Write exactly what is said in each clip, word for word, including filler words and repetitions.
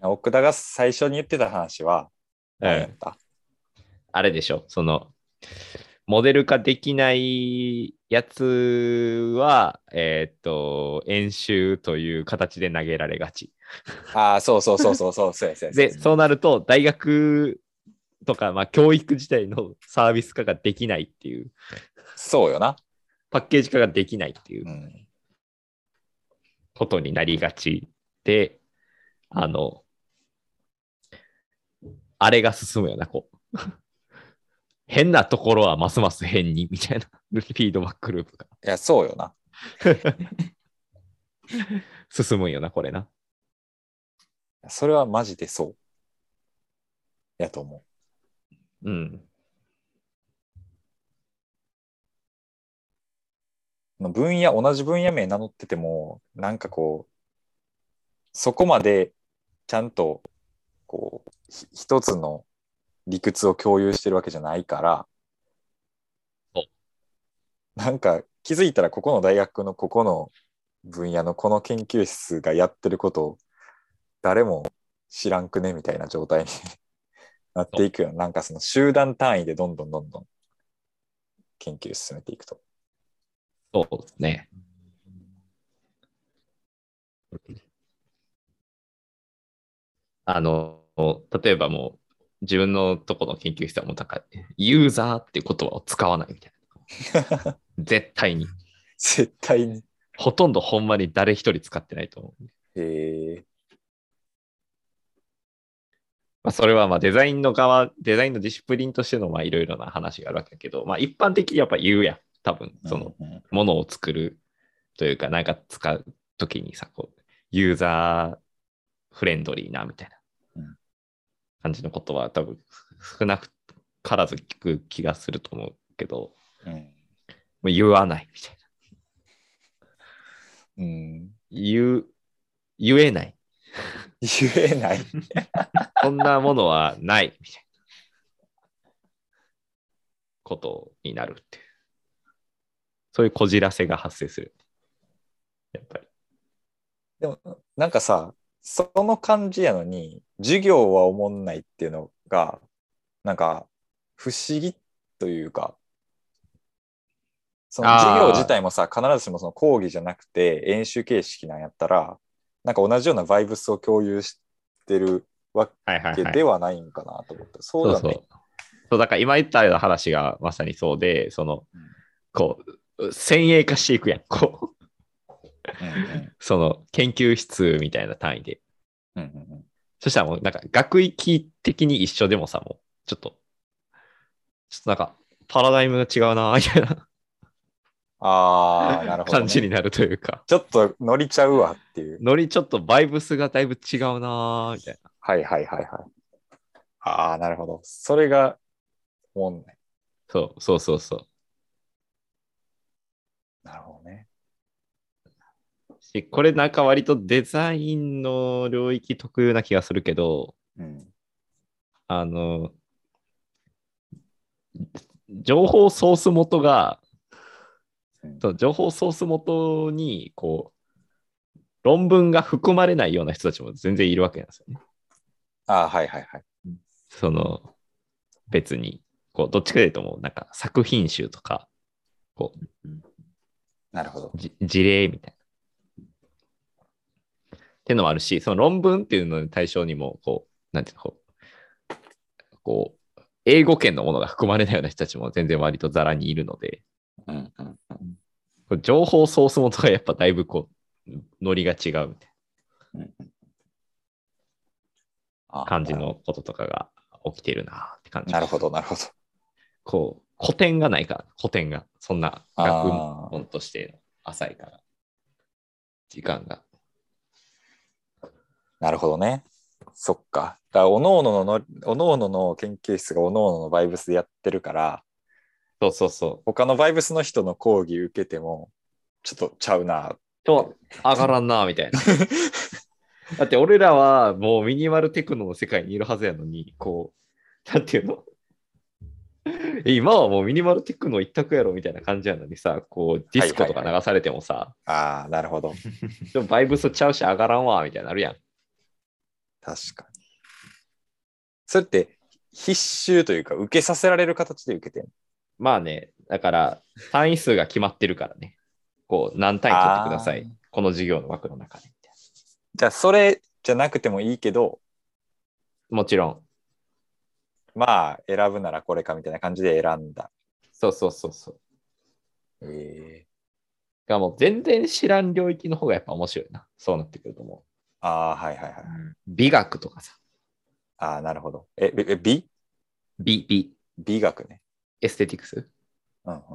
奥田が最初に言ってた話は何やった、 うん、あれでしょ、そのモデル化できないやつは、えー、っと演習という形で投げられがち。 ああ、そうそうそうそうそうそうやそうやそうで、 や。 そうなると大学とか、まあ、教育自体のサービス化ができないっていう、 そうよな。 パッケージ化ができないっていううん。 ことになりがちで、あの、あれが進むよな、こう。変なところはますます変にみたいなフィードバックループがいや、そうよな。 進むんよな、これな。 それはマジでそうやと思うん。 う。分野、同じ分野名名乗ってても、なんかこう、そこまでちゃんと、こう、ひ一つの理屈を共有してるわけじゃないから、なんか気づいたらここの大学のここの分野のこの研究室がやってることを誰も知らんくねみたいな状態になっていくよ。なんかその集団単位でどんどんどんどん研究進めていくと。 そうですね。あの、例えばもう自分のとこの研究室はもうなんかユーザーっていう言葉を使わないみたいな。絶対に。 絶対に。 ほとんどほんまに誰一人使ってないと思う。 へえ。 まあ、それはまあデザインの側、デザインのディシプリンとしてのまあいろいろな話があるわけだけど、まあ一般的にやっぱ言うやん。多分、そのものを作るというか、なんか使うときにさ、こう、ユーザーフレンドリーなみたいな感じのことは多分少なからず聞く気がすると思うけど、 うん。 もう言わないみたいうん。 な。言う、言えない。 言えない。 そんなものはないみたいなことになるっていう。そういうこじらせが発生する。やっぱり。 でも、なんかさ、その感じやのに、授業は思んないっていうのが、なんか、不思議というか、その授業自ああ、 体もさ、必ずしもその講義じゃなくて演習形式なんやったら、なんか同じようなバイブスを共有してるわけはいはいはい。 ではないんかなと思って、そうではない。 そうそう。そう、だから今言ったような話がまさにそうで、その、こう、先鋭化していくやん。こう、 うんうんその研究室みたいな単位で。 うんうんうん、 そしたらもうなんか学域的に一緒でもさ、もうちょっと、ちょっとなんかパラダイムが違うな、みたいなああ、なるほどね。 感じになるというか、 ちょっと乗りちゃうわっていう。 ノリちょっとバイブスがだいぶ違うな、みたいな。 はいはいはいはい。ああ、なるほど。それが、もんね。 そうそうそうそう。 なるほどね。 し、これなんか割とデザインの領域特有な気がするけど、 うん。 あの、情報ソース元が、 うん、 情報ソース元に、こう、論文が含まれないような人たちも全然いるわけなんですよね。 ああ、はいはいはい。 その、別に、こう、どっちかというともう、なんか作品集とか、こう、 なるほど。 じ事例みたいな。っていうのもあるし、その論文っていうのの対象にも、こう、なんていうの、こう、こう英語圏のものが含まれないような人たちも全然割とざらにいるので、 うんうんうん、 これ情報ソース元がやっぱだいぶこう、ノリが違うみたいうんうん、 なああ、 感じのなるほこととかが起きてるなって感ど。なるほじがする。 どなるほど。 こう、古典がないから、古典が。そんな学ああ、 問として浅いから、時間が。 なるほどね。そっか。だから、おのおのの、おのおのの研究室がおのおののバイブスでやってるから、 そうそうそう。 他のバイブスの人の講義受けても、ちょっとちゃうな。 と、上がらんな、みたいな。だって俺らはもうミニマルテクノの世界にいるはずやのに、こう、なんていうの今はもうミニマルテクノ一択やろみたいな感じやのにさ、こうディスコとかはいはいはい。 流されてもさ、 ああ、なるほど。 でもバイブスちゃうし上がらんわ、みたいになるやん。 確かに。それって必修というか、受けさせられる形で受けてんの？ まあね、だから単位数が決まってるからね。こう、何単位取ってください。 あー。 この授業の枠の中でみたいじゃあ、それじゃなくてもいいけど、 な。もちろん。 まあ、選ぶならこれかみたいな感じで選んだ。 そうそうそうそう。 ええ。 がもう全然知らん領域の方がやっぱ面白いな。そうなってくると思ああ、はいはいはい。 う。美学とかさ。 ああ、なるほど。え、え、美美、美、 美学ね。 エステティクスうんうんうん。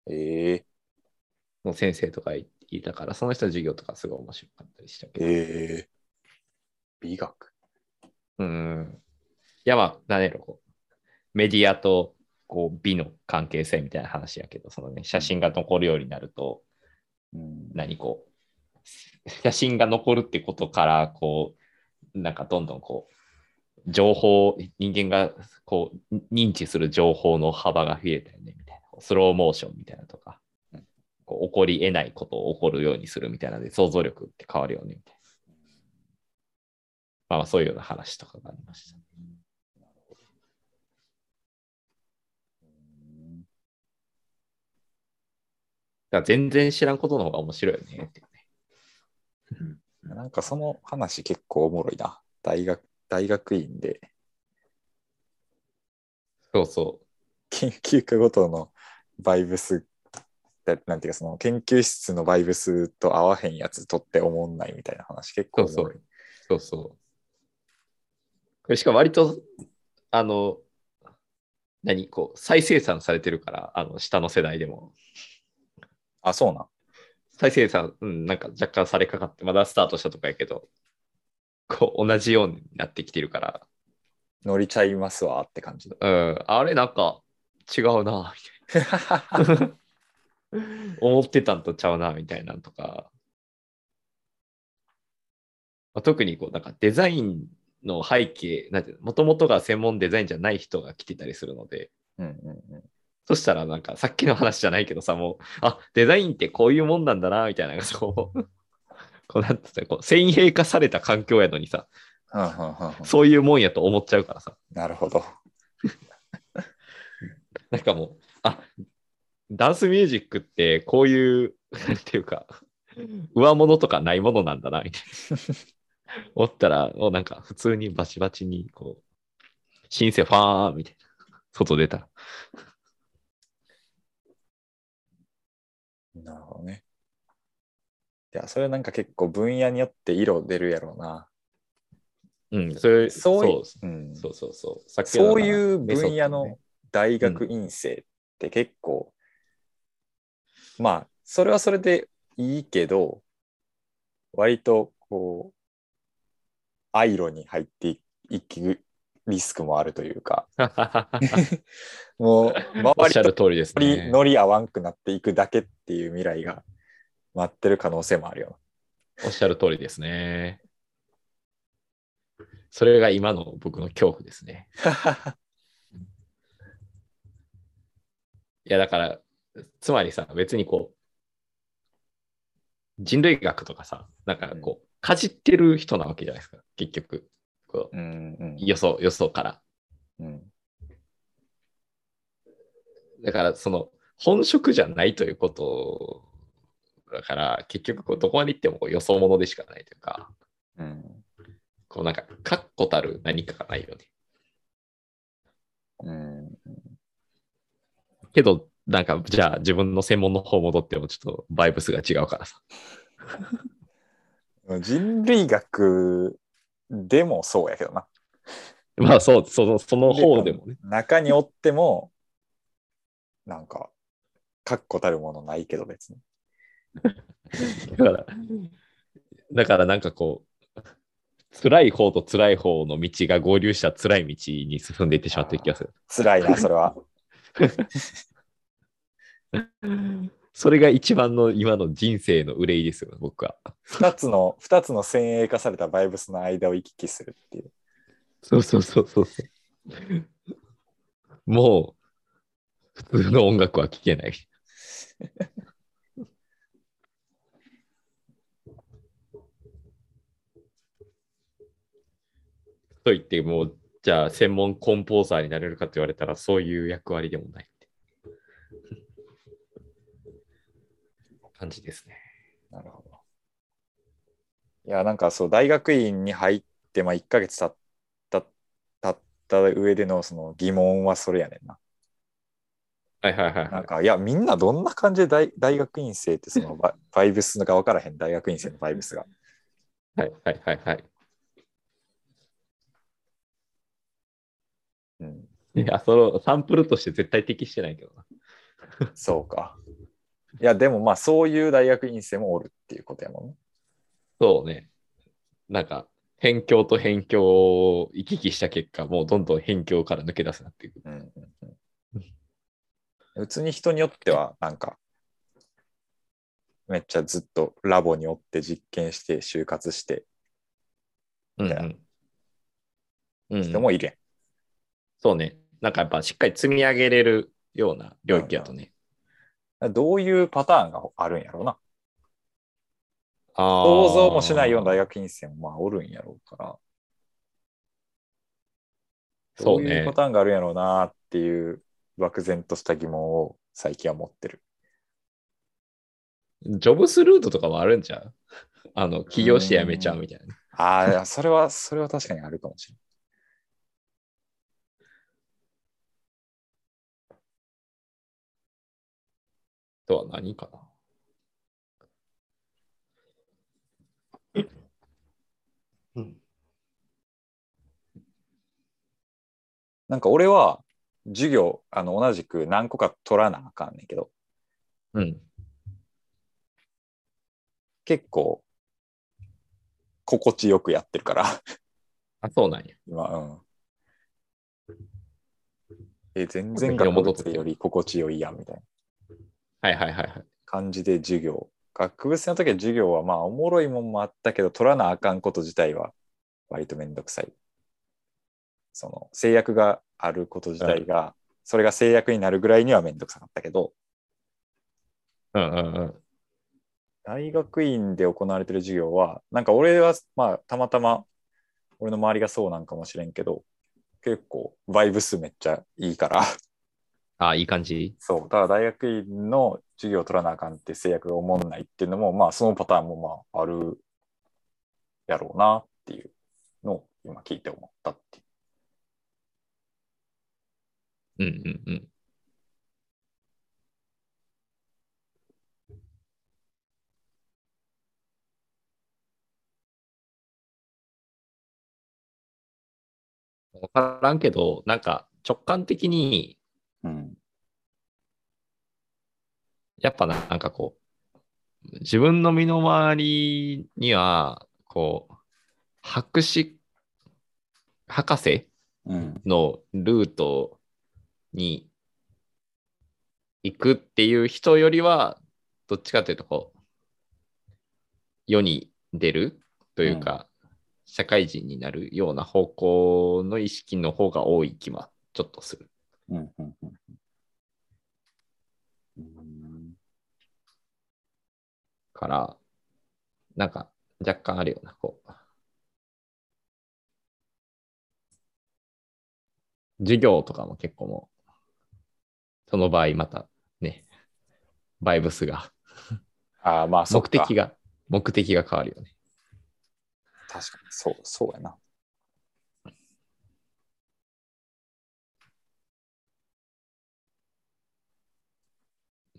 ええの先生とかいたから、その人の授業とかすごい面白かったりしたけど。 ええ美学。 うん。いやまあ、何やろ、こうメディアとこう美の関係性みたいな話やけど、そのね、写真が残るようになると、 うん、 何こう、写真が残るってことから、こう、なんかどんどんこう、情報、人間がこう認知する情報の幅が増えたよね、みたいな。スローモーションみたいなとか、こう起こり得ないことを起こるようにするみたいなので、想像力って変わるよね、みたいな。まあ、まあそういうような話とかがありました。だから全然知らんことの方が面白いよねっていうね。 なんかその話結構おもろいな。大学、大学院でそうそ研究科ごとのバイブス、なんていうかその研究室のバイブスと合わへんやつ取って思んないみたいな話結う。そうそう。 構おもろい。 そうそう。これしかも割と、あの、何こう、再生産されてるから、あの、下の世代でも。 あ、そうなん。 再生産、うん、なんか若干されかかって、まだスタートしたとかやけど、こう、同じようになってきてるから、 乗りちゃいますわって感じ。 うん、あれなんか違うな、みたいな。思ってたんとちゃうな、みたいなんとか。まあ、特にこう、なんかデザインの背景、なんていうの、もともとが専門デザインじゃない人が来てたりするので、 うんうんうん。 そしたらなんかさっきの話じゃないけどさ、もう、あ、デザインってこういうもんなんだな、みたいな、そう、こうなんていうのこう、先鋭化された環境やのにさ、 はんはんはんはん。 そういうもんやと思っちゃうからさ、 なるほど。 なんかもう、あ、ダンスミュージックってこういう、なんていうか、上物とかないものなんだな、みたいな。思ったら、もうなんか普通にバチバチに、こう、シンセファーみたいな、外出たら。 なるほどね。いや、それなんか結構分野によって色出るやろうな。 うん、それ、 そういそう、 う、うん、 そうそうそう。さっきのだからそういうメソッドね。 分野の大うん。 学院生って結構、まあ、それはそれでいいけど、割とこう、アイロに入っていくリスクもあるというか、もうおっしゃ周りとる通りです乗りね。 乗り合わんくなっていくだけっていう未来が待ってる可能性もあるよおっしゃる通りですね。それが今の僕の恐怖ですね。 な。 いや、だから、つまりさ、別にこう、人類学とかさ、なんかこう、かじってる人なわけじゃないですか、結局。こううんうん予想、予想から。 うんだから、その、本職じゃないということだから、結局こう、どこまで行ってもこう予想ものでしかないというか、 うんこうなんか、確固たる何かがないよね。 うんけど、なんか、じゃあ自分の専門の方戻ってもちょっとバイブスが違うからさ。 うん。人類学でもそうやけどな。 まあそう、その、その人類学の方でもね。 中におっても、なんか、確固たるものないけど別に。 だから、だからなんかこう、辛い方と辛い方の道が合流した辛い道に進んでいってしまってる気がする。 辛いな、それは。 それが一番の今の人生の憂いですよ、僕は。 二つの、二つの先鋭化されたバイブスの間を行き来するっていう。 そうそうそうそうそう。もう、普通の音楽は聴けない。 と言ってもう、じゃあ専門コンポーザーになれるかと言われたら、そういう役割でもないって感じですね。 なるほど。いや、なんかそう、大学院に入って、まあ、いっかげつ経った、経った上でのその疑問はそれやねんな。 はいはいはいはい。 なんか、いや、みんなどんな感じで大、大学院生ってそのバ、バイブスが分からへん、大学院生のバイブスが。 はいはいはいはい。 うん、 いや、そのサンプルとして絶対適してないけどな。 そうか。いや、でもまあ、そういう大学院生もおるっていうことやもんね。 そうね。なんか、辺境と辺境を行き来した結果、もうどんどん辺境から抜け出すなっていう。 うんうんうん、普通に人によっては、なんか、めっちゃずっとラボにおって実験して、就活して、みたいなうんうん。うんうん。 人もいるそうね。なんかやっぱしっかり積み上げれるような領やん。うん域やとね。 うん、どういうパターンがあるんやろうな。想像もしないような大ああ、 学院生もまあおるんやろうから、どういうパそうね。 ターンがあるんやろうなっていう漠然とした疑問を最近は持ってる。 ジョブスルートとかもあるんちゃう？あの、 うー起業して辞めちゃうん。 みたいな。 ああ、それは、それは確かにあるかもしれない。 とは何かな。うん。 なんか俺は授業、あの、同じく何個か取らなあかんねんけど、 うん。 結構心地よくやってるから、 あ、そうなんや。 今、うん。え、全然昨日学部戻っとったよ。 生より心地よいやんみたいなはいはいはいはい。 感じで授業。学部生の時は授業はまあおもろいもんもあったけど、取らなあかんこと自体は割とめんどくさい。その制約があること自うん。 体が、それが制約になるぐらいにはめんどくさかったけど、 うんうんうん。 大学院で行われてる授業は、なんか俺はまあたまたま俺の周りがそうなんかもしれんけど、結構バイブスめっちゃいいから、 あ、いい感じ。 そう、だから大学院の授業を取らなあかんって制約がおもんないっていうのも、まあそのパターンもまああるやろうなっていうのを今聞いて思ったっていう。 うんうんうん。わからんけど、なんか直感的に、 うん。 やっぱななんかこう、自分の身の回りには、こう、博士、博士うん。 のルートに行くっていう人よりは、どっちかというと、こう、世に出るとうん。 いうか、社会人になるような方向の意識の方が多い気はちょっとするうん。うん。うん。 から、なんか若干あるような、こう、授業とかも結構もう、その場合またね、バイブスが、 ああ、まあそっか。 目的が、目的が変わるよね。 確かに、そう、そうやな。 うん。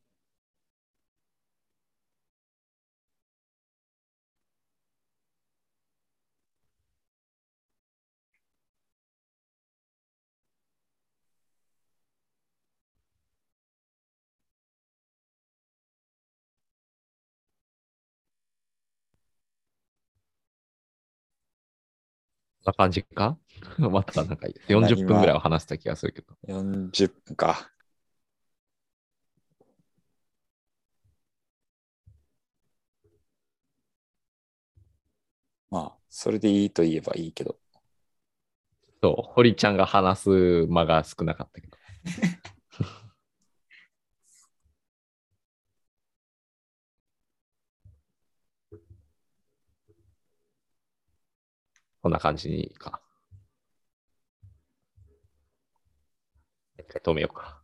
こんな感じか。またなんかな、 よんじゅっぷんぐらい今、 は話した気がするけど。 よんじゅっぷんか。まあ、それでいいと言えばいいけど。 そう、堀ちゃんが話す間が少なかったけど。 こんな感じか。一回止めようか。